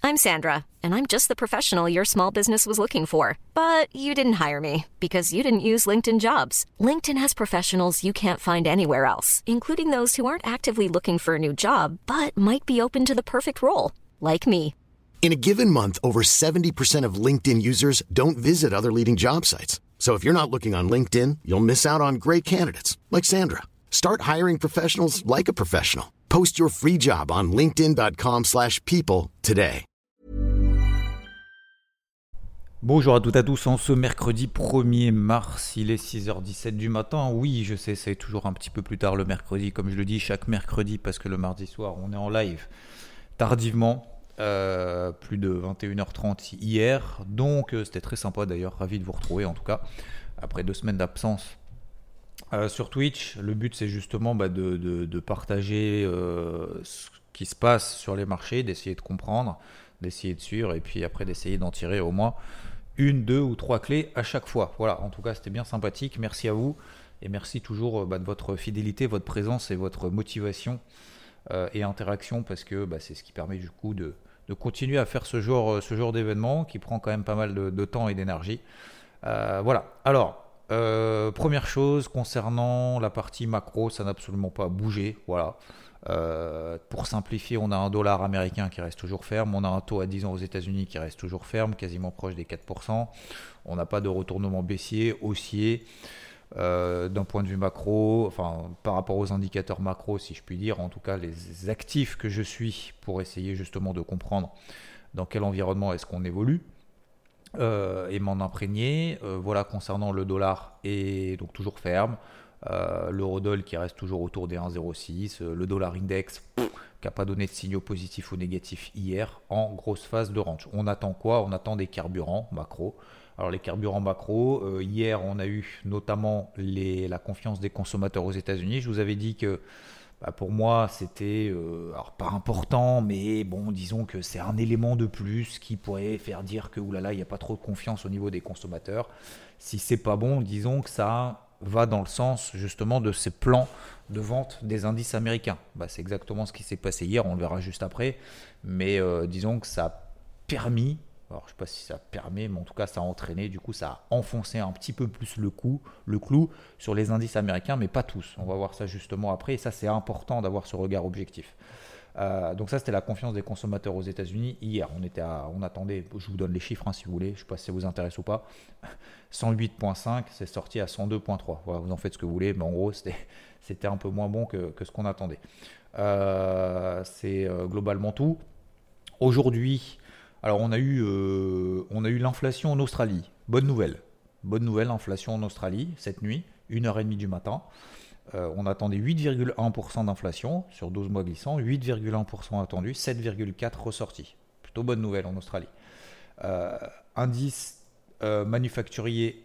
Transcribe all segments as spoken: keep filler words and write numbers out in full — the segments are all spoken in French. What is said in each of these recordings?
I'm Sandra, and I'm just the professional your small business was looking for. But you didn't hire me because you didn't use LinkedIn Jobs. LinkedIn has professionals you can't find anywhere else, including those who aren't actively looking for a new job, but might be open to the perfect role, like me. In a given month, over seventy percent of LinkedIn users don't visit other leading job sites. So if you're not looking on LinkedIn, you'll miss out on great candidates like Sandra. Start hiring professionals like a professional. Post your free job on linkedin dot com slash people today. Bonjour à toutes et à tous, en ce mercredi premier mars, il est six heures dix-sept du matin. Oui, je sais, c'est toujours un petit peu plus tard le mercredi, comme je le dis chaque mercredi, parce que le mardi soir, on est en live tardivement. Euh, plus de vingt et une heures trente hier, donc euh, c'était très sympa d'ailleurs, ravi de vous retrouver en tout cas après deux semaines d'absence euh, sur Twitch. Le but c'est justement bah, de, de, de partager euh, ce qui se passe sur les marchés, d'essayer de comprendre, d'essayer de suivre et puis après d'essayer d'en tirer au moins une, deux ou trois clés à chaque fois. Voilà, en tout cas c'était bien sympathique, merci à vous et merci toujours bah, de votre fidélité, votre présence et votre motivation euh, et interaction, parce que bah, c'est ce qui permet du coup de de continuer à faire ce genre, ce genre d'événement qui prend quand même pas mal de, de temps et d'énergie. Euh, voilà. Alors, euh, première chose, concernant la partie macro, ça n'a absolument pas bougé. Voilà. Euh, pour simplifier, on a un dollar américain qui reste toujours ferme, on a un taux à dix ans aux États-Unis qui reste toujours ferme, quasiment proche des quatre pour cent. On n'a pas de retournement baissier, haussier. Euh, d'un point de vue macro, enfin par rapport aux indicateurs macro si je puis dire, en tout cas les actifs que je suis pour essayer justement de comprendre dans quel environnement est-ce qu'on évolue euh, et m'en imprégner. Euh, voilà, concernant le dollar est donc toujours ferme, euh, l'eurodoll qui reste toujours autour des un virgule zéro six, euh, le dollar index pff, qui n'a pas donné de signaux positifs ou négatifs hier, en grosse phase de range. On attend quoi ? On attend des carburants macro. Alors les carburants macro, euh, hier on a eu notamment les, la confiance des consommateurs aux États-Unis. Je vous avais dit que bah, pour moi c'était euh, alors pas important, mais bon, disons que c'est un élément de plus qui pourrait faire dire que oulala, il n'y a pas trop de confiance au niveau des consommateurs. Si c'est pas bon, disons que ça va dans le sens justement de ces plans de vente des indices américains. Bah, c'est exactement ce qui s'est passé hier, on le verra juste après, mais euh, disons que ça a permis. Alors, je ne sais pas si ça permet, mais en tout cas, ça a entraîné, du coup, ça a enfoncé un petit peu plus le, coup, le clou sur les indices américains, mais pas tous. On va voir ça justement après, et ça, c'est important d'avoir ce regard objectif. Euh, donc ça, c'était la confiance des consommateurs aux États-Unis hier. On, était à, on attendait, je vous donne les chiffres hein, si vous voulez, je ne sais pas si ça vous intéresse ou pas. cent huit virgule cinq, c'est sorti à cent deux virgule trois. Voilà, vous en faites ce que vous voulez, mais en gros, c'était, c'était un peu moins bon que, que ce qu'on attendait. Euh, c'est euh, globalement tout. Aujourd'hui, alors on a eu, euh, on a eu l'inflation en Australie. Bonne nouvelle. Bonne nouvelle, inflation en Australie cette nuit, une heure trente du matin. Euh, on attendait huit virgule un pour cent d'inflation sur douze mois glissants, huit virgule un pour cent attendu, sept virgule quatre pour cent ressorti. Plutôt bonne nouvelle en Australie. Euh, indice euh, manufacturier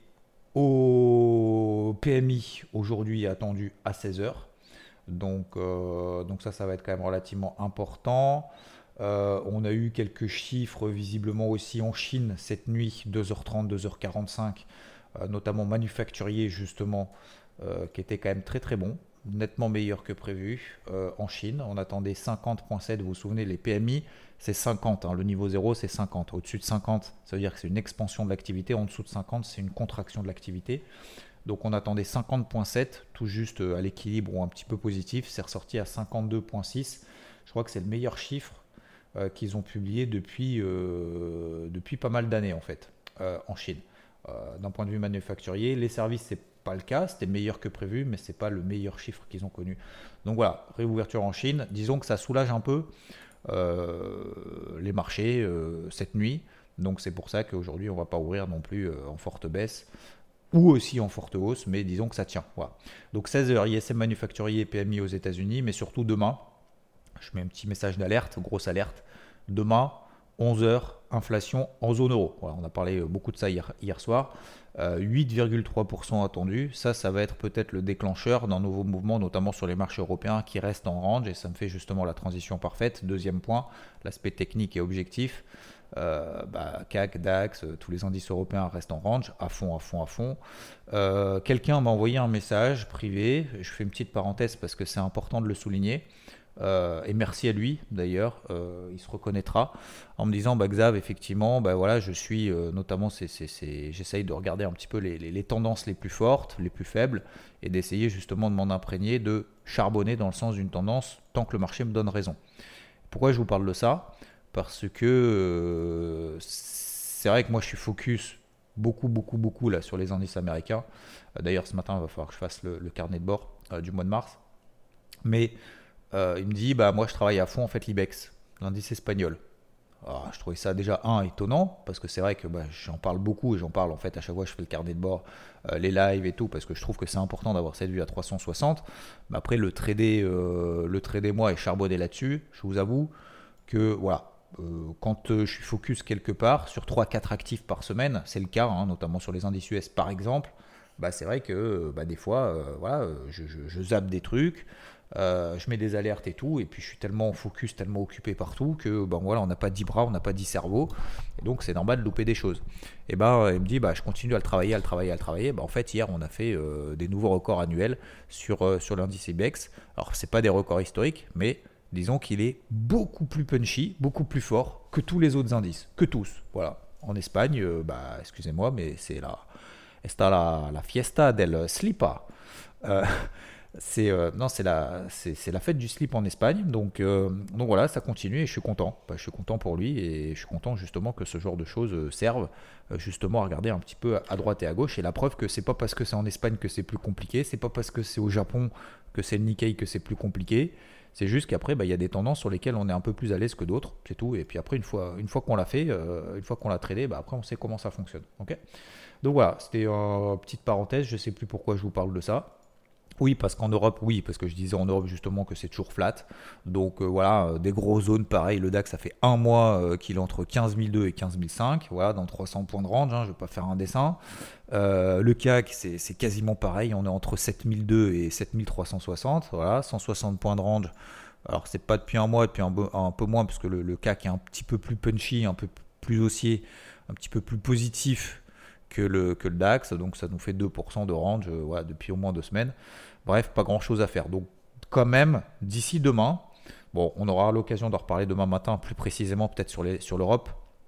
au P M I aujourd'hui attendu à seize heures. Donc, euh, donc ça, ça va être quand même relativement important. Euh, on a eu quelques chiffres visiblement aussi en Chine cette nuit, deux heures trente, deux heures quarante-cinq, euh, notamment manufacturier justement, euh, qui était quand même très très bon, nettement meilleur que prévu euh, en Chine. On attendait cinquante virgule sept, vous vous souvenez, les P M I, c'est cinquante, hein, le niveau zéro c'est cinquante. Au-dessus de cinquante, ça veut dire que c'est une expansion de l'activité, en dessous de cinquante, c'est une contraction de l'activité. Donc on attendait cinquante virgule sept, tout juste à l'équilibre ou un petit peu positif, c'est ressorti à cinquante-deux virgule six. Je crois que c'est le meilleur chiffre Euh, qu'ils ont publié depuis, euh, depuis pas mal d'années en fait euh, en Chine. Euh, d'un point de vue manufacturier, les services c'est pas le cas, c'était meilleur que prévu, mais c'est pas le meilleur chiffre qu'ils ont connu. Donc voilà, réouverture en Chine. Disons que ça soulage un peu euh, les marchés euh, cette nuit. Donc c'est pour ça qu'aujourd'hui on va pas ouvrir non plus euh, en forte baisse ou aussi en forte hausse, mais disons que ça tient. Voilà. Donc seize heures, I S M manufacturier, P M I aux États-Unis, mais surtout demain. Je mets un petit message d'alerte, grosse alerte. Demain, onze heures, inflation en zone euro. Voilà, on a parlé beaucoup de ça hier, hier soir. Euh, huit virgule trois pour cent attendu. Ça, ça va être peut-être le déclencheur d'un nouveau mouvement, notamment sur les marchés européens qui restent en range. Et ça me fait justement la transition parfaite. Deuxième point, l'aspect technique et objectif. Euh, bah, C A C, DAX, euh, tous les indices européens restent en range, à fond, à fond, à fond. Euh, quelqu'un m'a envoyé un message privé. Je fais une petite parenthèse parce que c'est important de le souligner. Euh, et merci à lui d'ailleurs, euh, il se reconnaîtra en me disant bah, Xav, effectivement, bah, voilà, je suis euh, notamment, c'est, c'est, c'est, j'essaye de regarder un petit peu les, les, les tendances les plus fortes, les plus faibles, et d'essayer justement de m'en imprégner, de charbonner dans le sens d'une tendance tant que le marché me donne raison. Pourquoi je vous parle de ça ? Parce que euh, c'est vrai que moi je suis focus beaucoup, beaucoup, beaucoup là sur les indices américains. Euh, d'ailleurs, ce matin, il va falloir que je fasse le, le carnet de bord euh, du mois de mars. Mais Euh, il me dit, bah moi je travaille à fond en fait l'I B E X, l'indice espagnol. Alors, je trouvais ça déjà un étonnant parce que c'est vrai que bah, j'en parle beaucoup et j'en parle en fait à chaque fois que je fais le carnet de bord, euh, les lives et tout, parce que je trouve que c'est important d'avoir cette vue à trois cent soixante. Mais après le trader, euh, le trader moi et charbonner là-dessus, je vous avoue que voilà. Euh, quand euh, je suis focus quelque part sur trois quatre actifs par semaine, c'est le cas, hein, notamment sur les indices U S par exemple, bah, c'est vrai que bah, des fois, euh, voilà, je, je, je zappe des trucs. Euh, je mets des alertes et tout, et puis je suis tellement focus, tellement occupé partout que ben voilà, on n'a pas dix bras, on n'a pas dix cerveaux, et donc c'est normal de louper des choses. Et ben il me dit bah je continue à le travailler, à le travailler, à le travailler. Ben, en fait hier on a fait euh, des nouveaux records annuels sur euh, sur l'indice I B E X. Alors c'est pas des records historiques, mais disons qu'il est beaucoup plus punchy, beaucoup plus fort que tous les autres indices, que tous. Voilà. En Espagne, euh, bah excusez-moi, mais c'est la está la, la fiesta del slipa. Euh, C'est, euh, non, c'est, la, c'est, c'est la fête du slip en Espagne. Donc, euh, donc voilà, ça continue et je suis content. Bah, je suis content pour lui et je suis content justement que ce genre de choses euh, servent euh, justement à regarder un petit peu à droite et à gauche. Et la preuve que c'est pas parce que c'est en Espagne que c'est plus compliqué, c'est pas parce que c'est au Japon que c'est le Nikkei que c'est plus compliqué. C'est juste qu'après, bah, y a des tendances sur lesquelles on est un peu plus à l'aise que d'autres, c'est tout. Et puis après, une fois, une fois qu'on l'a fait, euh, une fois qu'on l'a tradé, bah, après on sait comment ça fonctionne. Okay, donc voilà, c'était une petite parenthèse. Je sais plus pourquoi je vous parle de ça. Oui, parce qu'en Europe, oui, parce que je disais en Europe justement que c'est toujours flat. Donc euh, voilà, euh, des grosses zones, pareil, le DAX, ça fait un mois euh, qu'il est entre quinze mille deux et quinze mille cinq, voilà, dans trois cents points de range, hein, je ne vais pas faire un dessin. Euh, le C A C, c'est, c'est quasiment pareil, on est entre sept mille deux et sept mille trois cent soixante, voilà, cent soixante points de range. Alors c'est pas depuis un mois, depuis un peu, un peu moins, parce que le, le C A C est un petit peu plus punchy, un peu plus haussier, un petit peu plus positif que le, que le DAX, donc ça nous fait deux pour cent de range euh, voilà, depuis au moins deux semaines. Bref, pas grand chose à faire. Donc quand même, d'ici demain, bon, on aura l'occasion d'en reparler demain matin, plus précisément peut-être sur, les, sur l'Europe.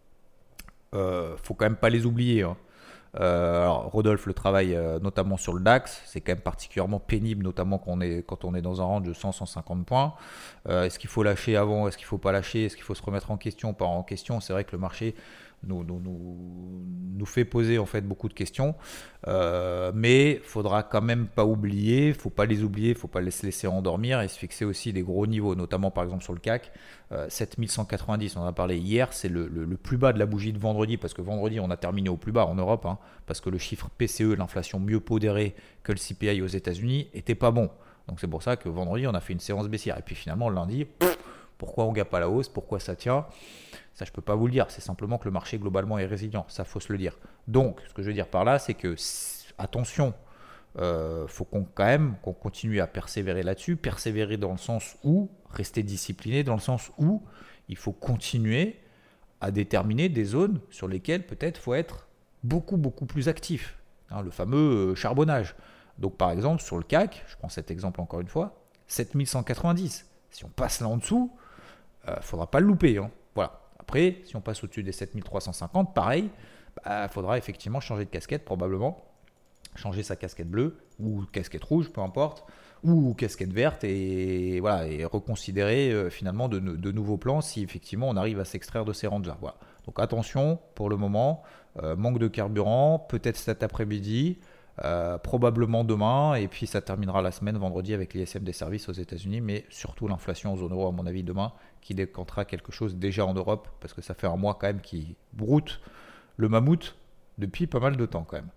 Euh, faut quand même pas les oublier. Hein. Euh, alors, Rodolphe le travaille euh, notamment sur le DAX, c'est quand même particulièrement pénible, notamment quand on est, quand on est dans un range de cent à cent cinquante points. Euh, est-ce qu'il faut lâcher avant, est-ce qu'il ne faut pas lâcher, est-ce qu'il faut se remettre en question, pas en question. C'est vrai que le marché nous, nous, nous, nous fait poser en fait beaucoup de questions, euh, mais il faudra quand même pas oublier, il faut pas les oublier, il faut pas se laisser endormir et se fixer aussi des gros niveaux, notamment par exemple sur le C A C, euh, sept mille cent quatre-vingt-dix, on en a parlé hier, c'est le, le, le plus bas de la bougie de vendredi, parce que vendredi on a terminé au plus bas en Europe, hein, parce que le chiffre P C E, l'inflation mieux pondérée que le C P I aux États-Unis, était pas bon. Donc c'est pour ça que vendredi on a fait une séance baissière, et puis finalement lundi, pff, pourquoi on ne gagne pas la hausse, pourquoi ça tient? Ça, je ne peux pas vous le dire. C'est simplement que le marché, globalement, est résilient. Ça, faut se le dire. Donc, ce que je veux dire par là, c'est que, attention, il euh, faut qu'on, quand même qu'on continue à persévérer là-dessus. Persévérer dans le sens où, rester discipliné dans le sens où il faut continuer à déterminer des zones sur lesquelles, peut-être, il faut être beaucoup, beaucoup plus actif. Hein, le fameux euh, charbonnage. Donc, par exemple, sur le C A C, je prends cet exemple encore une fois, sept mille cent quatre-vingt-dix. Si on passe là en dessous, il euh, ne faudra pas le louper. Hein. Voilà. Après, si on passe au-dessus des sept mille trois cent cinquante, pareil, il bah, faudra effectivement changer de casquette, probablement. Changer sa casquette bleue ou casquette rouge, peu importe, ou casquette verte, et, voilà, et reconsidérer euh, finalement de, de nouveaux plans si effectivement on arrive à s'extraire de ces ranges-là. Voilà. Donc attention, pour le moment, euh, manque de carburant, peut-être cet après-midi, Euh, probablement demain, et puis ça terminera la semaine vendredi avec l'I S M des services aux États-Unis, mais surtout l'inflation en zone euro à mon avis demain, qui décantera quelque chose déjà en Europe, parce que ça fait un mois quand même qui broute le mammouth depuis pas mal de temps quand même.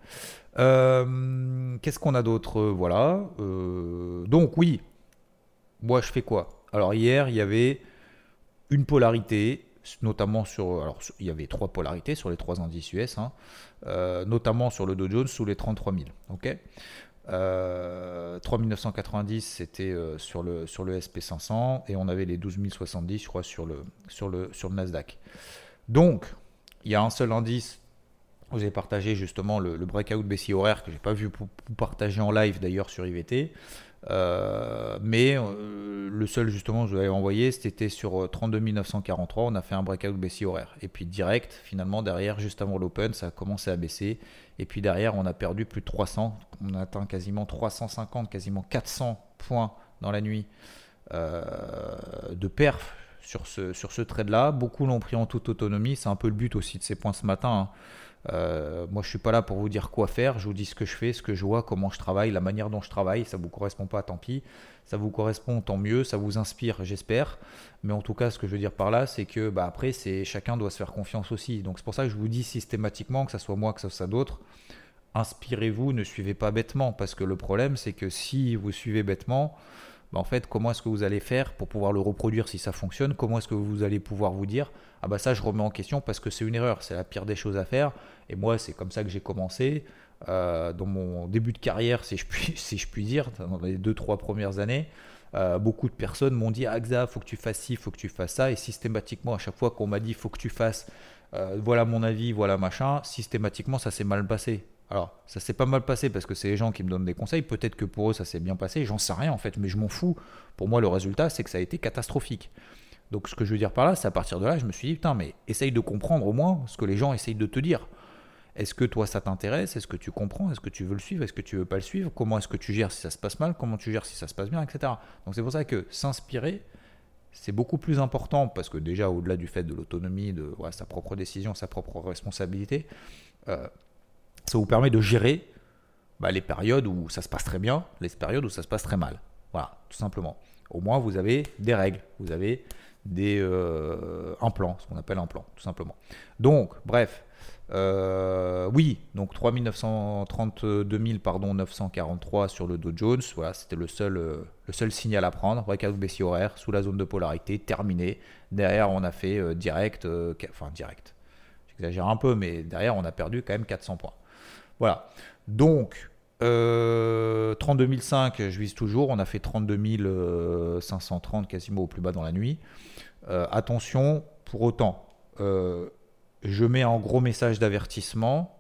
Euh, qu'est-ce qu'on a d'autre? Voilà. Euh, donc oui, moi je fais quoi? Alors hier il y avait une polarité, notamment sur, alors il y avait trois polarités sur les trois indices U S, hein, euh, notamment sur le Dow Jones sous les trente-trois mille. Okay, euh, trois mille neuf cent quatre-vingt-dix c'était euh, sur le sur le S and P cinq cents et on avait les douze mille soixante-dix, je crois, sur le sur le sur le Nasdaq. Donc il y a un seul indice. Vous avez partagé justement le, le breakout baissier horaire que j'ai pas vu pour, pour partager en live d'ailleurs sur I V T. Euh, mais euh, le seul justement je vous l'avais envoyé, c'était sur trente-deux mille neuf cent quarante-trois, on a fait un breakout baissier horaire. Et puis direct, finalement derrière, juste avant l'open, ça a commencé à baisser. Et puis derrière, on a perdu plus de trois cents, on a atteint quasiment trois cent cinquante, quasiment quatre cents points dans la nuit euh, de perf sur ce, sur ce trade-là. Beaucoup l'ont pris en toute autonomie, c'est un peu le but aussi de ces points ce matin, hein. Euh, moi je suis pas là pour vous dire quoi faire, je vous dis ce que je fais, ce que je vois, comment je travaille, la manière dont je travaille. Ça vous correspond pas, tant pis. Ça vous correspond, tant mieux. Ça vous inspire, j'espère. Mais en tout cas, ce que je veux dire par là, c'est que bah, après, c'est, chacun doit se faire confiance aussi. Donc c'est pour ça que je vous dis systématiquement, que ce soit moi, que ce soit d'autres, inspirez-vous, ne suivez pas bêtement. Parce que le problème, c'est que si vous suivez bêtement, bah en fait, comment est-ce que vous allez faire pour pouvoir le reproduire si ça fonctionne? Comment est-ce que vous allez pouvoir vous dire ah bah ça je remets en question parce que c'est une erreur, c'est la pire des choses à faire. Et moi c'est comme ça que j'ai commencé euh, dans mon début de carrière, si je puis, si je puis dire, dans les deux trois premières années. Euh, beaucoup de personnes m'ont dit ah Xa, faut que tu fasses ci, faut que tu fasses ça, et systématiquement à chaque fois qu'on m'a dit faut que tu fasses euh, voilà mon avis, voilà machin, systématiquement ça s'est mal passé. Alors, ça s'est pas mal passé parce que c'est les gens qui me donnent des conseils. Peut-être que pour eux, ça s'est bien passé. J'en sais rien en fait, mais je m'en fous. Pour moi, le résultat, c'est que ça a été catastrophique. Donc, ce que je veux dire par là, c'est à partir de là, je me suis dit, putain, mais essaye de comprendre au moins ce que les gens essayent de te dire. Est-ce que toi, ça t'intéresse? Est-ce que tu comprends? Est-ce que tu veux le suivre? Est-ce que tu veux pas le suivre? Comment est-ce que tu gères si ça se passe mal? Comment tu gères si ça se passe bien, et cetera. Donc, c'est pour ça que s'inspirer, c'est beaucoup plus important parce que déjà, au-delà du fait de l'autonomie, de ouais, sa propre décision, sa propre responsabilité, euh, ça vous permet de gérer bah, les périodes où ça se passe très bien, les périodes où ça se passe très mal. Voilà, tout simplement. Au moins, vous avez des règles, vous avez des, euh, un plan, ce qu'on appelle un plan, tout simplement. Donc, bref, euh, oui, donc trois mille neuf cent trente-deux mille pardon, neuf cent quarante-trois sur le Dow Jones, voilà, c'était le seul, euh, le seul signal à prendre. Breakout baissier horaire sous la zone de polarité, terminé. Derrière, on a fait euh, direct, euh, enfin direct, j'exagère un peu, mais derrière, on a perdu quand même quatre cents points. Voilà, donc euh, trente-deux mille cinq, je vise toujours, on a fait trente-deux mille cinq cent trente quasiment au plus bas dans la nuit. Euh, attention, pour autant, euh, je mets en gros message d'avertissement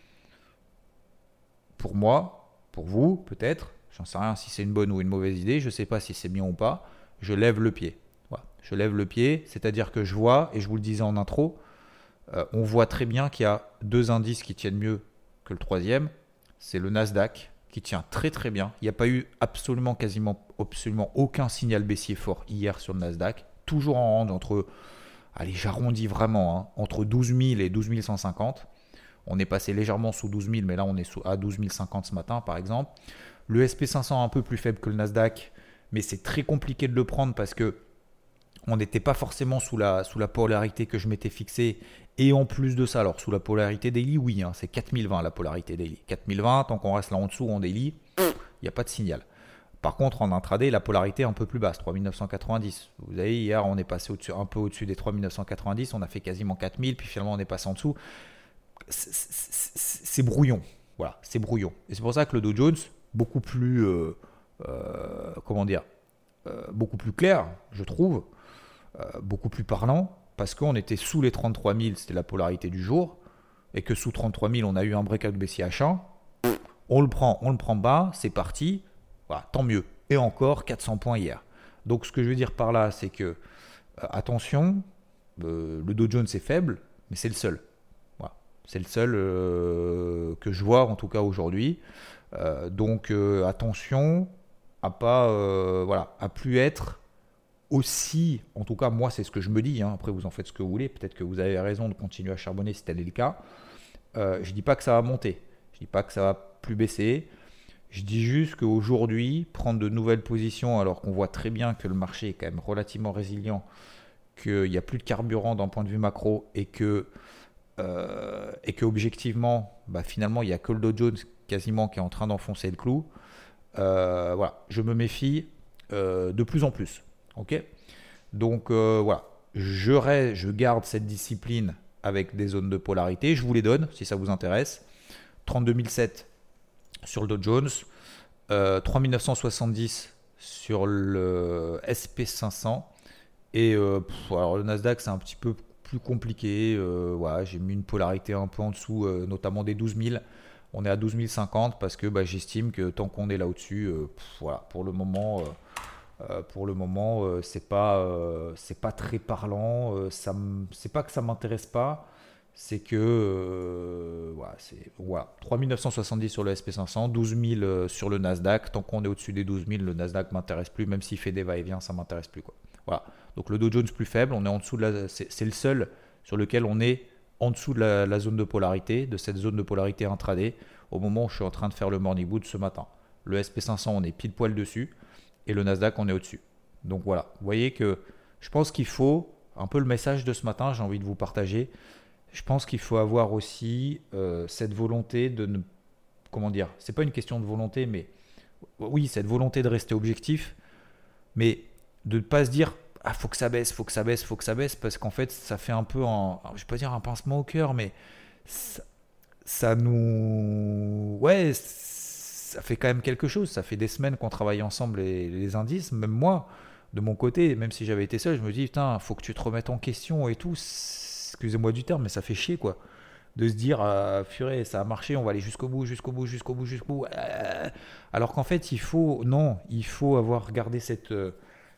pour moi, pour vous peut-être, j'en sais rien si c'est une bonne ou une mauvaise idée, je ne sais pas si c'est bien ou pas, je lève le pied. Voilà. Je lève le pied, c'est-à-dire que je vois, et je vous le disais en intro, euh, on voit très bien qu'il y a deux indices qui tiennent mieux que le troisième, c'est le Nasdaq qui tient très très bien. Il n'y a pas eu absolument quasiment absolument aucun signal baissier fort hier sur le Nasdaq, toujours en range entre, allez j'arrondis vraiment, hein, entre douze mille et douze mille cent cinquante. On est passé légèrement sous douze mille, mais là on est sous, à douze mille cinquante ce matin par exemple. Le S P cinq cents un peu plus faible que le Nasdaq, mais c'est très compliqué de le prendre parce que on n'était pas forcément sous la, sous la polarité que je m'étais fixée. Et en plus de ça, alors sous la polarité daily, oui, hein, c'est quatre mille vingt la polarité daily. quatre mille vingt, tant qu'on reste là en dessous en daily, il n'y a pas de signal. Par contre, en intraday, la polarité est un peu plus basse, trois mille neuf cent quatre-vingt-dix. Vous voyez, hier, on est passé au-dessus, un peu au-dessus des trois mille neuf cent quatre-vingt-dix, on a fait quasiment quatre mille, puis finalement, on est passé en dessous. C'est, c'est, c'est brouillon. Voilà, c'est brouillon. Et c'est pour ça que le Dow Jones, beaucoup plus, euh, euh, comment dire, euh, beaucoup plus clair, je trouve, euh, beaucoup plus parlant, parce qu'on était sous les trente-trois mille, c'était la polarité du jour, et que sous trente-trois mille, on a eu un breakout baissier H un, on le prend, on le prend bas, c'est parti, voilà, tant mieux. Et encore quatre cents points hier. Donc ce que je veux dire par là, c'est que, euh, attention, euh, le Dow Jones est faible, mais c'est le seul. Voilà. C'est le seul euh, que je vois, en tout cas aujourd'hui. Euh, donc euh, attention à pas, euh, voilà, à plus être aussi, en tout cas moi c'est ce que je me dis, hein. Après vous en faites ce que vous voulez, peut-être que vous avez raison de continuer à charbonner si tel est le cas. Euh, je dis pas que ça va monter, je dis pas que ça va plus baisser, je dis juste qu'aujourd'hui prendre de nouvelles positions alors qu'on voit très bien que le marché est quand même relativement résilient, qu'il n'y a plus de carburant d'un point de vue macro et que euh, et que objectivement bah, finalement il n'y a que le Dow Jones quasiment qui est en train d'enfoncer le clou. Euh, voilà, je me méfie euh, de plus en plus. Ok, donc euh, voilà, je, reste, je garde cette discipline avec des zones de polarité. Je vous les donne si ça vous intéresse. trente-deux mille sept sur le Dow Jones, euh, trois mille neuf cent soixante-dix sur le S P cinq cents. Et euh, pff, alors le Nasdaq, c'est un petit peu plus compliqué. Euh, voilà, j'ai mis une polarité un peu en dessous, euh, notamment des douze mille. on est à douze mille cinquante parce que bah, j'estime que tant qu'on est là au-dessus, euh, pff, voilà, pour le moment, euh, euh, pour le moment, euh, c'est pas, euh, c'est pas très parlant. Euh, ça, m- c'est pas que ça m'intéresse pas, c'est que euh, voilà, c'est voilà, trois mille neuf cent soixante-dix sur le S and P cinq cents, douze mille euh, sur le Nasdaq. Tant qu'on est au-dessus des douze mille, le Nasdaq m'intéresse plus, même s'il fait des va-et-vient, ça m'intéresse plus quoi. Voilà. Donc le Dow Jones plus faible, on est en dessous de la, c'est, c'est le seul sur lequel on est en dessous de la, la zone de polarité, de cette zone de polarité intraday, au moment où je suis en train de faire le morning wood ce matin. Le S and P cinq cents, on est pile poil dessus, et le Nasdaq, on est au-dessus. Donc voilà, vous voyez que je pense qu'il faut, un peu le message de ce matin, j'ai envie de vous partager, je pense qu'il faut avoir aussi euh, cette volonté de ne... Comment dire, c'est pas une question de volonté, mais oui, cette volonté de rester objectif, mais de ne pas se dire ah faut que ça baisse, faut que ça baisse, faut que ça baisse, parce qu'en fait ça fait un peu en, je vais pas dire un pincement au cœur, mais ça, ça nous, ouais, ça fait quand même quelque chose. Ça fait des semaines qu'on travaille ensemble les, les indices, même moi de mon côté, même si j'avais été seul, je me dis putain, faut que tu te remettes en question et tout. Excusez-moi du terme, mais ça fait chier quoi. De se dire, euh, purée, ça a marché, on va aller jusqu'au bout, jusqu'au bout, jusqu'au bout, jusqu'au bout. Euh, alors qu'en fait, il faut, non, il faut avoir gardé cette, euh,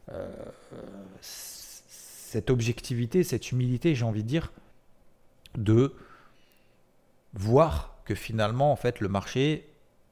cette objectivité, cette humilité, j'ai envie de dire, de voir que finalement, en fait, le marché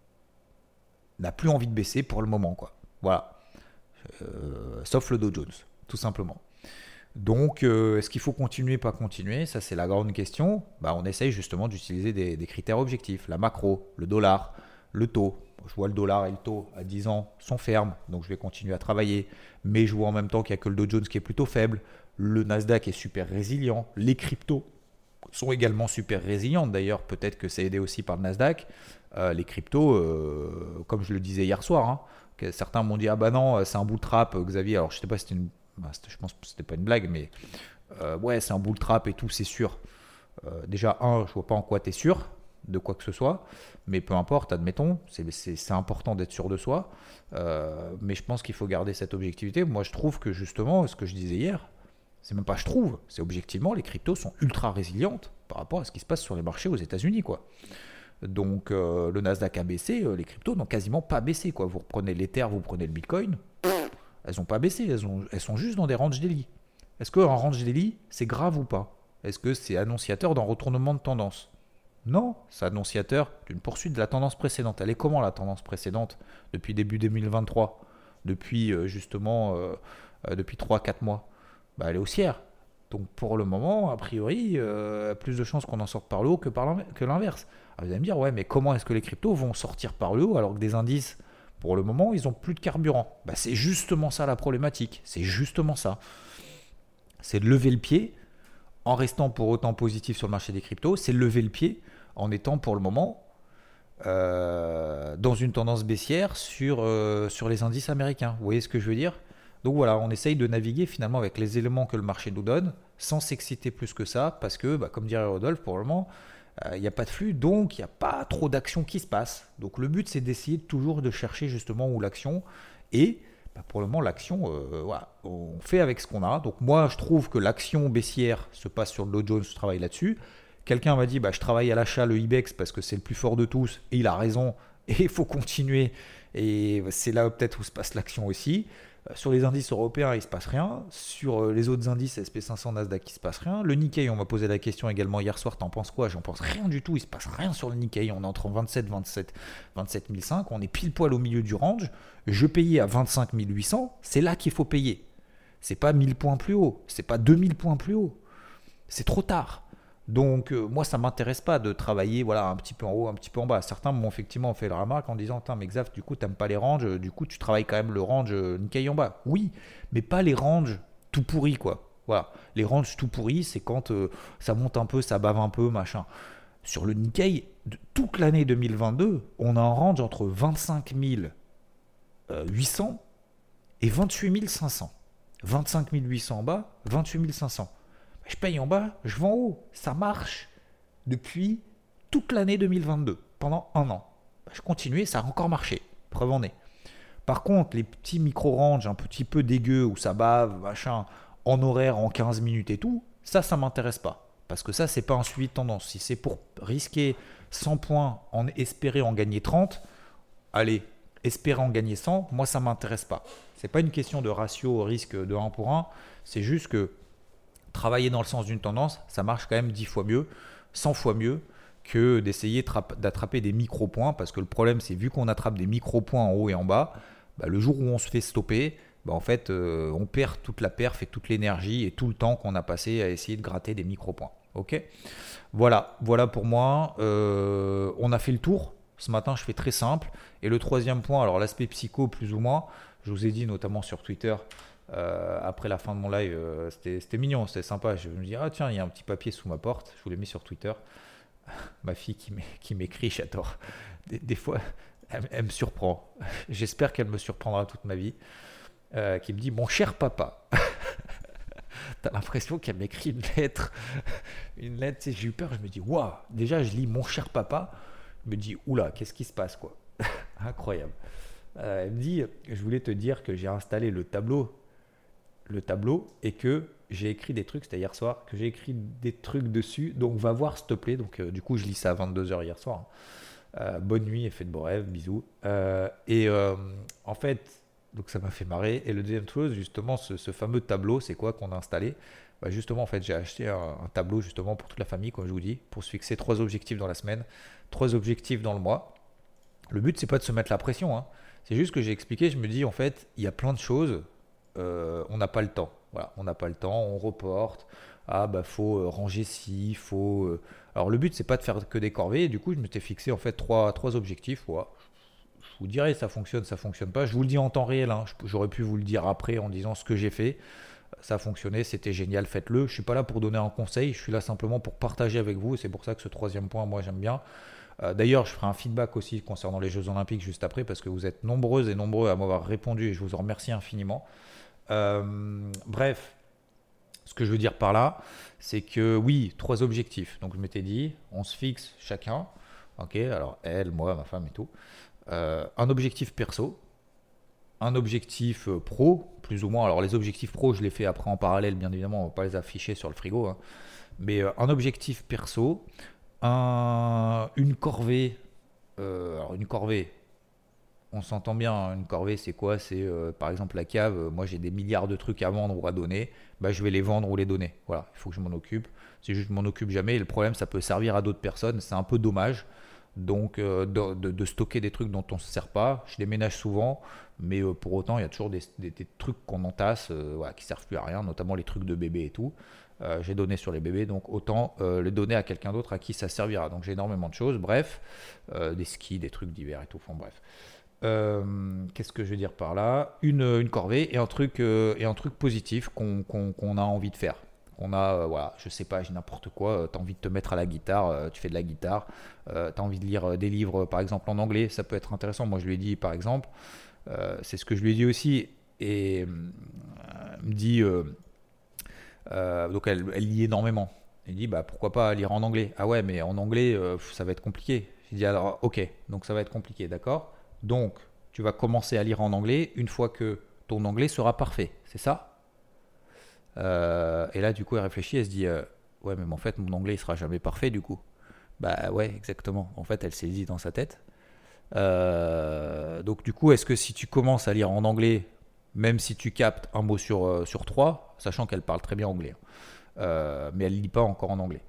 n'a plus envie de baisser pour le moment, quoi. Voilà. Euh, sauf le Dow Jones, tout simplement. Donc, euh, est-ce qu'il faut continuer, pas continuer? Ça, c'est la grande question. Bah, on essaye justement d'utiliser des, des critères objectifs. La macro, le dollar, le taux. Je vois le dollar et le taux à dix ans sont fermes, donc je vais continuer à travailler. Mais je vois en même temps qu'il n'y a que le Dow Jones qui est plutôt faible. Le Nasdaq est super résilient. Les cryptos sont également super résilientes. D'ailleurs, peut-être que c'est aidé aussi par le Nasdaq. Euh, les cryptos, euh, comme je le disais hier soir, hein, que certains m'ont dit « Ah bah non, c'est un bull trap, Xavier. » Alors, je ne sais pas si c'était une... Bah, c'était, je pense que c'était pas une blague, mais euh, ouais, c'est un bull trap et tout, c'est sûr. Euh, déjà, un, je vois pas en quoi tu es sûr de quoi que ce soit, mais peu importe, admettons, c'est, c'est, c'est important d'être sûr de soi, euh, mais je pense qu'il faut garder cette objectivité. Moi, je trouve que justement, ce que je disais hier, c'est même pas je trouve, c'est objectivement, les cryptos sont ultra résilientes par rapport à ce qui se passe sur les marchés aux États-Unis, quoi. Donc, euh, le Nasdaq a baissé, euh, les cryptos n'ont quasiment pas baissé, quoi. Vous reprenez l'Ether, vous prenez le Bitcoin, elles n'ont pas baissé, elles, ont, elles sont juste dans des range daily. Est-ce qu'un range daily, c'est grave ou pas? Est-ce que c'est annonciateur d'un retournement de tendance? Non, c'est annonciateur d'une poursuite de la tendance précédente. Elle est comment la tendance précédente depuis début deux mille vingt-trois? Depuis euh, justement euh, euh, depuis trois à quatre mois, bah, elle est haussière. Donc pour le moment, a priori, euh, plus de chances qu'on en sorte par le haut que, par que l'inverse. Alors vous allez me dire, ouais, mais comment est-ce que les cryptos vont sortir par le haut alors que des indices, pour le moment, ils n'ont plus de carburant? Bah, c'est justement ça la problématique. C'est justement ça. C'est de lever le pied en restant pour autant positif sur le marché des cryptos. C'est de lever le pied en étant pour le moment euh, dans une tendance baissière sur, euh, sur les indices américains. Vous voyez ce que je veux dire? Donc voilà, on essaye de naviguer finalement avec les éléments que le marché nous donne, sans s'exciter plus que ça, parce que, bah, comme dirait Rodolphe, pour le moment, il euh, n'y a pas de flux, donc il n'y a pas trop d'action qui se passe. Donc le but, c'est d'essayer toujours de chercher justement où l'action est. Bah, pour le moment, l'action, euh, voilà, on fait avec ce qu'on a. Donc moi, je trouve que l'action baissière se passe sur le Dow Jones, je travaille là-dessus. Quelqu'un m'a dit, bah, je travaille à l'achat le IBEX parce que c'est le plus fort de tous, et il a raison, et il faut continuer. Et c'est là peut-être où se passe l'action aussi. Sur les indices européens, il ne se passe rien. Sur les autres indices, S and P cinq cents, Nasdaq, il ne se passe rien. Le Nikkei, on m'a posé la question également hier soir, t'en penses quoi? J'en pense rien du tout, il ne se passe rien sur le Nikkei. On est entre vingt-sept, vingt-sept, vingt-sept mille cinq, on est pile poil au milieu du range. Je payais à vingt-cinq mille huit cents, c'est là qu'il faut payer. C'est pas mille points plus haut, c'est pas deux mille points plus haut. C'est trop tard. Donc euh, moi ça ne m'intéresse pas de travailler voilà, un petit peu en haut, un petit peu en bas. Certains m'ont effectivement fait la remarque en disant mais Xav, du coup tu n'aimes pas les ranges, du coup tu travailles quand même le range euh, Nikkei en bas. Oui, mais pas les ranges tout pourris quoi. Voilà. Les ranges tout pourris, c'est quand euh, ça monte un peu, ça bave un peu, machin. Sur le Nikkei, de toute l'année deux mille vingt-deux, on a un range entre vingt-cinq mille huit cents et vingt-huit mille cinq cents. vingt-cinq mille huit cents en bas, vingt-huit mille cinq cents. Je paye en bas, je vends en haut. Ça marche depuis toute l'année deux mille vingt-deux, pendant un an. Je continuais, ça a encore marché. Preuve en est. Par contre, les petits micro-ranges un petit peu dégueux où ça bave, machin, en horaire, en quinze minutes et tout, ça, ça ne m'intéresse pas. Parce que ça, c'est pas un suivi de tendance. Si c'est pour risquer cent points, en espérer en gagner trente, allez, espérer en gagner cent, moi ça ne m'intéresse pas. Ce n'est pas une question de ratio au risque de un pour un, c'est juste que travailler dans le sens d'une tendance, ça marche quand même dix fois mieux, cent fois mieux que d'essayer d'attraper des micro-points, parce que le problème c'est vu qu'on attrape des micro-points en haut et en bas, bah, le jour où on se fait stopper, bah, en fait euh, on perd toute la perf et toute l'énergie et tout le temps qu'on a passé à essayer de gratter des micro-points. Ok, voilà, voilà pour moi, euh, on a fait le tour. Ce matin je fais très simple, et le troisième point, alors l'aspect psycho plus ou moins, je vous ai dit notamment sur Twitter, Euh, après la fin de mon live, euh, c'était, c'était mignon, c'était sympa. Je me dis, ah tiens, il y a un petit papier sous ma porte. Je vous l'ai mis sur Twitter. Ma fille qui, m'é- qui m'écrit, j'adore. Des, des fois, elle, elle me surprend. J'espère qu'elle me surprendra toute ma vie. Euh, qui me dit, mon cher papa. T'as l'impression qu'elle m'écrit une lettre. Une lettre, tu sais, j'ai eu peur. Je me dis, waouh, déjà, je lis mon cher papa. Je me dis, oula, qu'est-ce qui se passe, quoi. Incroyable. Euh, elle me dit, je voulais te dire que j'ai installé le tableau. le tableau et que j'ai écrit des trucs, c'était hier soir, que j'ai écrit des trucs dessus, donc va voir s'il te plaît. Donc euh, du coup je lis ça à vingt-deux heures hier soir. Euh, bonne nuit et faites de beaux rêves, bisous. Euh, et euh, en fait, donc ça m'a fait marrer. Et le deuxième chose, justement, ce, ce fameux tableau, c'est quoi qu'on a installé? Bah, justement, en fait, j'ai acheté un, un tableau justement pour toute la famille, comme je vous dis, pour se fixer trois objectifs dans la semaine, trois objectifs dans le mois. Le but, c'est pas de se mettre la pression, hein. C'est juste que j'ai expliqué, je me dis, en fait, il y a plein de choses. Euh, on n'a pas le temps. Voilà, on n'a pas le temps, on reporte. Ah bah faut euh, ranger ci, faut. Euh... Alors le but c'est pas de faire que des corvées. Et du coup je m'étais fixé en fait trois, trois objectifs. Ouais. Je vous dirai ça fonctionne, ça fonctionne pas. Je vous le dis en temps réel. Hein. J'aurais pu vous le dire après en disant ce que j'ai fait. Ça a fonctionné, c'était génial, faites-le. Je suis pas là pour donner un conseil. Je suis là simplement pour partager avec vous. Et c'est pour ça que ce troisième point, moi j'aime bien. Euh, d'ailleurs, je ferai un feedback aussi concernant les Jeux Olympiques juste après parce que vous êtes nombreuses et nombreux à m'avoir répondu et je vous en remercie infiniment. Euh, bref, ce que je veux dire par là, c'est que oui, trois objectifs. Donc je m'étais dit, on se fixe chacun, ok, alors elle, moi, ma femme et tout, euh, un objectif perso, un objectif pro, plus ou moins. Alors les objectifs pro, je les fais après en parallèle, bien évidemment, on ne va pas les afficher sur le frigo, hein. Mais euh, un objectif perso, un, une corvée, euh, alors une corvée. On s'entend bien, hein, une corvée c'est quoi? C'est euh, par exemple la cave, euh, moi j'ai des milliards de trucs à vendre ou à donner, bah, je vais les vendre ou les donner. Voilà, il faut que je m'en occupe. C'est juste que je m'en occupe jamais et le problème ça peut servir à d'autres personnes, c'est un peu dommage. Donc euh, de, de, de stocker des trucs dont on ne se sert pas, je les ménage souvent, mais euh, pour autant il y a toujours des, des, des trucs qu'on entasse euh, voilà, qui ne servent plus à rien, notamment les trucs de bébé et tout. Euh, j'ai donné sur les bébés, donc autant euh, les donner à quelqu'un d'autre à qui ça servira. Donc j'ai énormément de choses, bref, euh, des skis, des trucs divers et tout, enfin bref. Euh, qu'est-ce que je veux dire par là? Une, une corvée et un truc, euh, et un truc positif qu'on, qu'on, qu'on a envie de faire. On a, euh, voilà, je sais pas, j'ai n'importe quoi, euh, tu as envie de te mettre à la guitare, euh, tu fais de la guitare, euh, tu as envie de lire euh, des livres, par exemple en anglais, ça peut être intéressant. Moi je lui ai dit, par exemple, euh, c'est ce que je lui ai dit aussi, et euh, elle me dit, euh, euh, donc elle, elle lit énormément. Elle dit, bah pourquoi pas lire en anglais? Ah ouais, mais en anglais, euh, ça va être compliqué. J'ai dit, alors ok, donc ça va être compliqué, d'accord? Donc, tu vas commencer à lire en anglais une fois que ton anglais sera parfait, c'est ça? Euh, Et là, du coup, elle réfléchit, elle se dit, euh, ouais, mais en fait, mon anglais, il sera jamais parfait, du coup. Bah ouais, exactement. En fait, elle s'est dit dans sa tête. Euh, donc, du coup, est-ce que si tu commences à lire en anglais, même si tu captes un mot sur, euh, sur trois, sachant qu'elle parle très bien anglais, hein, euh, mais elle ne lit pas encore en anglais,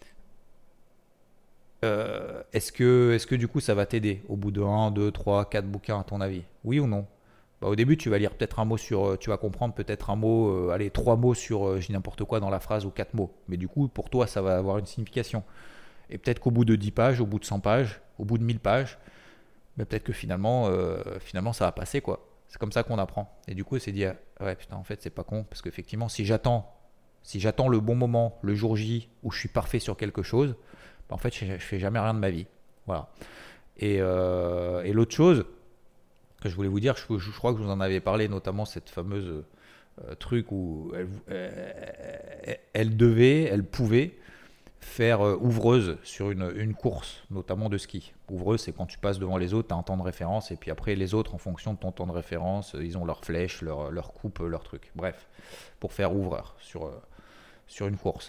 Euh, est-ce que, est-ce que du coup ça va t'aider au bout de un, deux, trois, quatre bouquins à ton avis? Oui ou non? Bah, au début tu vas lire peut-être un mot sur, euh, tu vas comprendre peut-être un mot, euh, allez, trois mots sur, euh, je dis n'importe quoi dans la phrase ou quatre mots. Mais du coup pour toi ça va avoir une signification. Et peut-être qu'au bout de dix pages, au bout de cent pages, au bout de mille pages, bah, peut-être que finalement, euh, finalement ça va passer quoi. C'est comme ça qu'on apprend. Et du coup c'est dit, ah, ouais putain en fait c'est pas con parce qu'effectivement si j'attends, si j'attends le bon moment, le jour J où je suis parfait sur quelque chose, en fait, je ne fais jamais rien de ma vie. Voilà. Et, euh, et l'autre chose que je voulais vous dire, je, je crois que je vous en avais parlé, notamment cette fameuse euh, truc où elle, elle, elle devait, elle pouvait faire euh, ouvreuse sur une, une course, notamment de ski. Ouvreuse, c'est quand tu passes devant les autres, tu as un temps de référence, et puis après, les autres, en fonction de ton temps de référence, ils ont leur flèche, leur, leur coupe, leur truc. Bref, pour faire ouvreur sur, euh, sur une course.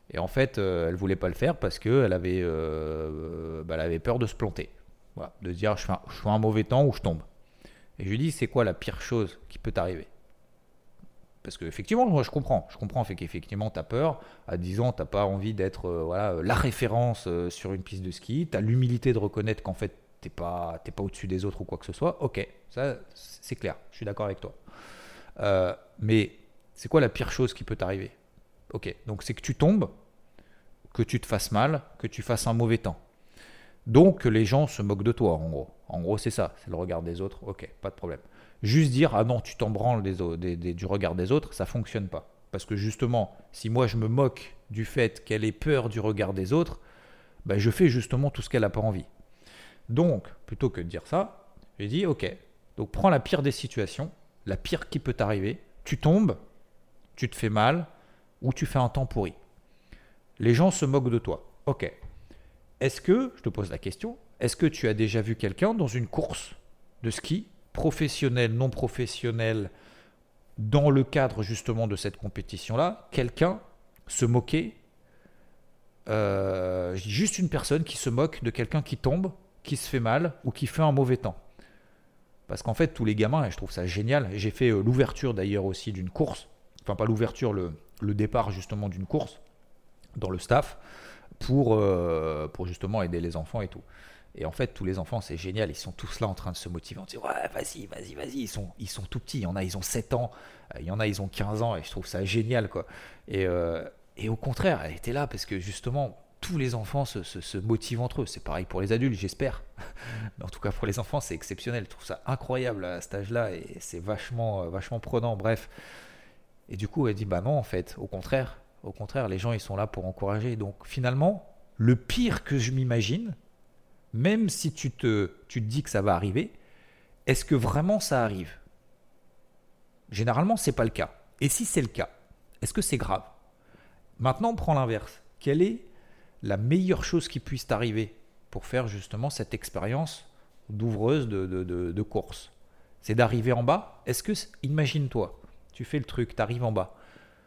Et en fait, euh, elle ne voulait pas le faire parce qu'elle avait, euh, bah, elle avait peur de se planter. Voilà, de se dire, je fais, un, je fais un mauvais temps ou je tombe. Et je lui dis, c'est quoi la pire chose qui peut t'arriver ? Parce qu'effectivement, moi je comprends. Je comprends fait qu'effectivement, tu as peur. À dix ans, tu n'as pas envie d'être euh, voilà, la référence euh, sur une piste de ski. Tu as l'humilité de reconnaître qu'en fait, tu n'es pas, t'es pas au-dessus des autres ou quoi que ce soit. Ok, ça, c'est clair. Je suis d'accord avec toi. Euh, mais c'est quoi la pire chose qui peut t'arriver ? Ok, donc c'est que tu tombes, que tu te fasses mal, que tu fasses un mauvais temps. Donc que les gens se moquent de toi, en gros. En gros, c'est ça, c'est le regard des autres. Ok, pas de problème. Juste dire, ah non, tu t'en branles des, des, des, du regard des autres, ça ne fonctionne pas. Parce que justement, si moi je me moque du fait qu'elle ait peur du regard des autres, ben je fais justement tout ce qu'elle n'a pas envie. Donc, plutôt que de dire ça, j'ai dit, ok, donc prends la pire des situations, la pire qui peut t'arriver, tu tombes, tu te fais mal, ou tu fais un temps pourri. Les gens se moquent de toi. Ok. Est-ce que, je te pose la question, est-ce que tu as déjà vu quelqu'un dans une course de ski, professionnelle, non professionnelle, dans le cadre justement de cette compétition-là, quelqu'un se moquer, euh, juste une personne qui se moque de quelqu'un qui tombe, qui se fait mal ou qui fait un mauvais temps ? Parce qu'en fait, tous les gamins, et je trouve ça génial, et j'ai fait euh, l'ouverture d'ailleurs aussi d'une course, enfin pas l'ouverture, le, le départ justement d'une course dans le staff pour, euh, pour justement aider les enfants et tout. Et en fait, tous les enfants, c'est génial, ils sont tous là en train de se motiver, on dit ouais, vas-y, vas-y, vas-y, ils sont, ils sont tout petits, il y en a, ils ont sept ans, il y en a, ils ont quinze ans, et je trouve ça génial, quoi. Et, euh, et au contraire, elle était là parce que justement, tous les enfants se, se, se motivent entre eux. C'est pareil pour les adultes, j'espère. Mais en tout cas, pour les enfants, c'est exceptionnel. Je trouve ça incroyable à cet âge-là et c'est vachement, vachement prenant. Bref. Et du coup, elle dit, bah non, en fait, au contraire, au contraire, les gens, ils sont là pour encourager. Donc, finalement, le pire que je m'imagine, même si tu te, tu te dis que ça va arriver, est-ce que vraiment ça arrive ? Généralement, c'est pas le cas. Et si c'est le cas, est-ce que c'est grave ? Maintenant, on prend l'inverse. Quelle est la meilleure chose qui puisse t'arriver pour faire justement cette expérience d'ouvreuse de, de, de, de course ? C'est d'arriver en bas. Est-ce que, imagine-toi, tu fais le truc, tu arrives en bas,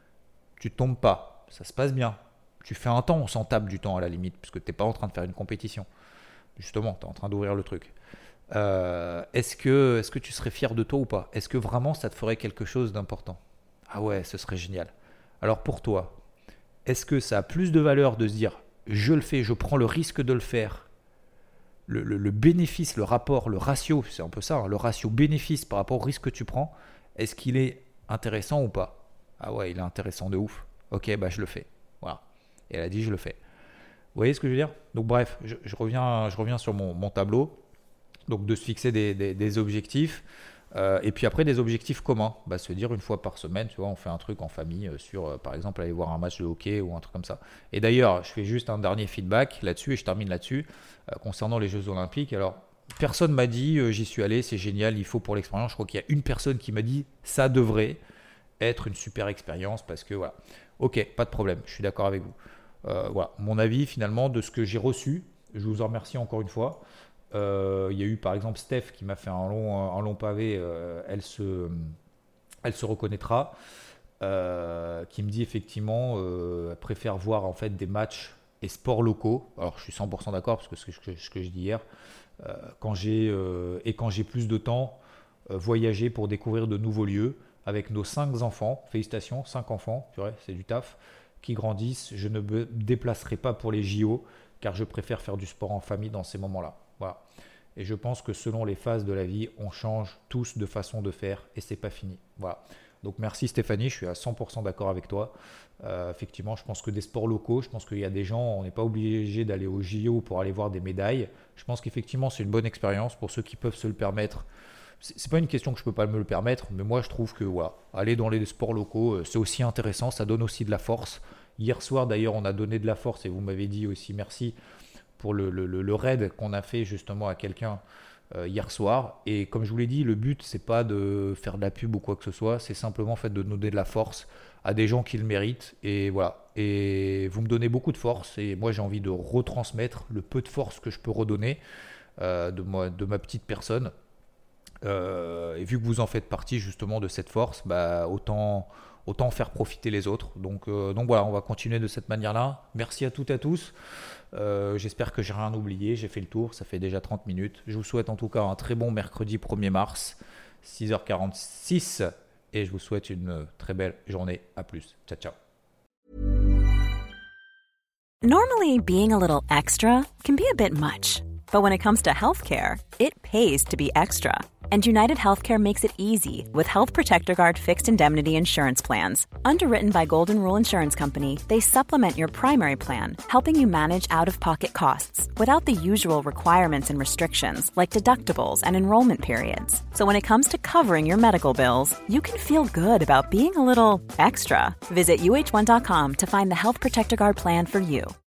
tu tombes pas, ça se passe bien, tu fais un temps, on s'en tape du temps à la limite, puisque tu n'es pas en train de faire une compétition. Justement, tu es en train d'ouvrir le truc. Euh, est-ce que, est-ce que tu serais fier de toi ou pas ? Est-ce que vraiment ça te ferait quelque chose d'important ? Ah ouais, ce serait génial. Alors pour toi, est-ce que ça a plus de valeur de se dire je le fais, je prends le risque de le faire, le, le, le bénéfice, le rapport, le ratio, c'est un peu ça, hein, le ratio bénéfice par rapport au risque que tu prends, est-ce qu'il est intéressant ou pas ? Ah ouais, il est intéressant de ouf. Ok, bah je le fais. Voilà. Et elle a dit je le fais. Vous voyez ce que je veux dire ? Donc bref, je, je, reviens, je reviens sur mon, mon tableau. Donc de se fixer des, des, des objectifs. Euh, et puis après, des objectifs communs. Bah, se dire une fois par semaine, tu vois, on fait un truc en famille sur, euh, par exemple, aller voir un match de hockey ou un truc comme ça. Et d'ailleurs, je fais juste un dernier feedback là-dessus et je termine là-dessus euh, concernant les Jeux Olympiques. Alors, personne m'a dit, euh, j'y suis allé, c'est génial, il faut pour l'expérience. Je crois qu'il y a une personne qui m'a dit, ça devrait être une super expérience parce que voilà. Ok, pas de problème, je suis d'accord avec vous. Euh, voilà, mon avis finalement de ce que j'ai reçu, je vous en remercie encore une fois. Euh, il y a eu par exemple Steph qui m'a fait un long, un long pavé, euh, elle, se, elle se reconnaîtra, euh, qui me dit effectivement euh, elle préfère voir en fait des matchs et sports locaux. Alors je suis cent pour cent d'accord parce que ce que, ce que, ce que je dis hier, euh, quand j'ai, euh, et quand j'ai plus de temps, euh, voyager pour découvrir de nouveaux lieux avec nos cinq enfants, félicitations, cinq enfants, purée, c'est du taf, qui grandissent. Je ne me déplacerai pas pour les J O car je préfère faire du sport en famille dans ces moments-là. Voilà. Et je pense que selon les phases de la vie, on change tous de façon de faire et c'est pas fini. Voilà. Donc merci Stéphanie, je suis à cent pour cent d'accord avec toi. Euh, effectivement, je pense que des sports locaux, je pense qu'il y a des gens, on n'est pas obligé d'aller au J O pour aller voir des médailles. Je pense qu'effectivement, c'est une bonne expérience pour ceux qui peuvent se le permettre. C'est, c'est pas une question que je peux pas me le permettre, mais moi je trouve que voilà, aller dans les sports locaux, c'est aussi intéressant, ça donne aussi de la force. Hier soir d'ailleurs, on a donné de la force et vous m'avez dit aussi merci pour le, le, le raid qu'on a fait justement à quelqu'un euh, hier soir. Et comme je vous l'ai dit, le but, c'est pas de faire de la pub ou quoi que ce soit, c'est simplement en fait, de donner de la force à des gens qui le méritent. Et voilà. Et vous me donnez beaucoup de force et moi, j'ai envie de retransmettre le peu de force que je peux redonner euh, de, moi, de ma petite personne. Euh, et vu que vous en faites partie justement de cette force, bah, autant, autant faire profiter les autres. Donc, euh, donc voilà, on va continuer de cette manière-là. Merci à toutes et à tous. Euh, j'espère que j'ai rien oublié. J'ai fait le tour, ça fait déjà trente minutes. Je vous souhaite en tout cas un très bon mercredi premier mars, six heures quarante-six. Et je vous souhaite une très belle journée. À plus. Ciao, ciao. Normally, being a little extra can be a bit much. But when it comes to healthcare, it pays to be extra. And United Healthcare makes it easy with Health Protector Guard fixed indemnity insurance plans. Underwritten by Golden Rule Insurance Company, they supplement your primary plan, helping you manage out-of-pocket costs without the usual requirements and restrictions like deductibles and enrollment periods. So when it comes to covering your medical bills, you can feel good about being a little extra. Visit U H one dot com to find the Health Protector Guard plan for you.